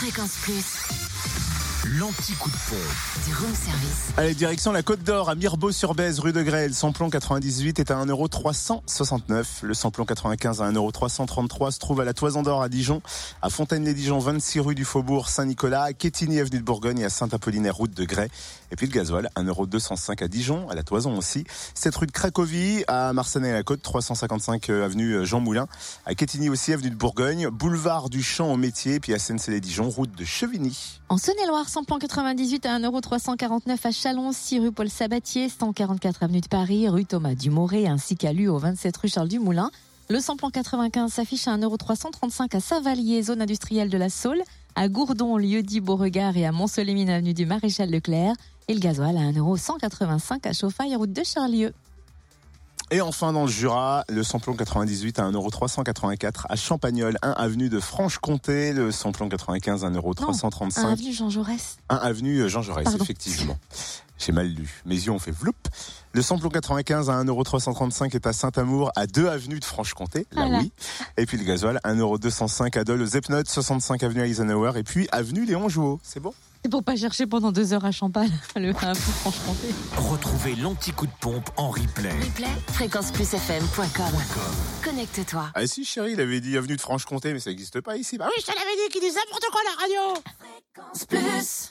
Fréquence Plus. L'anti-coup de pompe Du room service. Allez, direction la Côte d'Or, à Mirebeau-sur-Bèze, rue de Grès. Le samplon 98 est à 1,369 €. Le samplon 95 à 1,333 € se trouve à la Toison d'Or à Dijon, à Fontaine-les-Dijon, 26 rue du Faubourg Saint-Nicolas, à Quetigny, avenue de Bourgogne et à Saint-Apollinaire, route de Grès. Et puis le gasoil, 1,205 € à Dijon, à la Toison aussi. 7 rue de Cracovie, à Marsanais-à-la-Côte, 355 avenue Jean Moulin, à Quetigny aussi, avenue de Bourgogne, boulevard du Champ au Métier, puis à Sennecey-les-Dijon, route de Chevigny. En Saône-et-Loire, samplon 98 à 1,349 € à Chalon, 6 rue Paul Sabatier, 144 avenue de Paris, rue Thomas Dumoré, ainsi qu'à Lue, au 27 rue Charles Dumoulin. Le samplon 95 s'affiche à 1,335 € à Saint-Vallier, zone industrielle de la Saule, à Gourdon, lieu-dit Beauregard et à Mont-Solémine, avenue du Maréchal Leclerc. Et le gasoil à 1,185 € à Chauffaille, route de Charlieu. Et enfin, dans le Jura, le samplon 98 à 1,384 € à Champagnole, 1 avenue de Franche-Comté. Le samplon 95 à 1,335 €. 1 avenue Jean Jaurès. 1 avenue Jean Jaurès, Pardon. effectivement. J'ai mal lu. Mes yeux ont fait vloup. Le samplon 95 à 1,335 € est à Saint-Amour, à 2 avenue de Franche-Comté. Là, Voilà. oui. Et puis le gasoil, 1,205 € à Dole, aux Epnotes, 65 avenue Eisenhower. Et puis avenue Léon Jouot. C'est bon? C'est pour pas chercher pendant 2 heures à Champagne, le 1 Franche-Comté. Retrouvez l'anti-coup de pompe en replay. Replay, fréquenceplusfm.com. Connecte-toi. Ah si, chérie, il avait dit avenue de Franche-Comté, mais ça n'existe pas ici. Bah oui, je te l'avais dit qu'il disait n'importe quoi, la radio. Plus.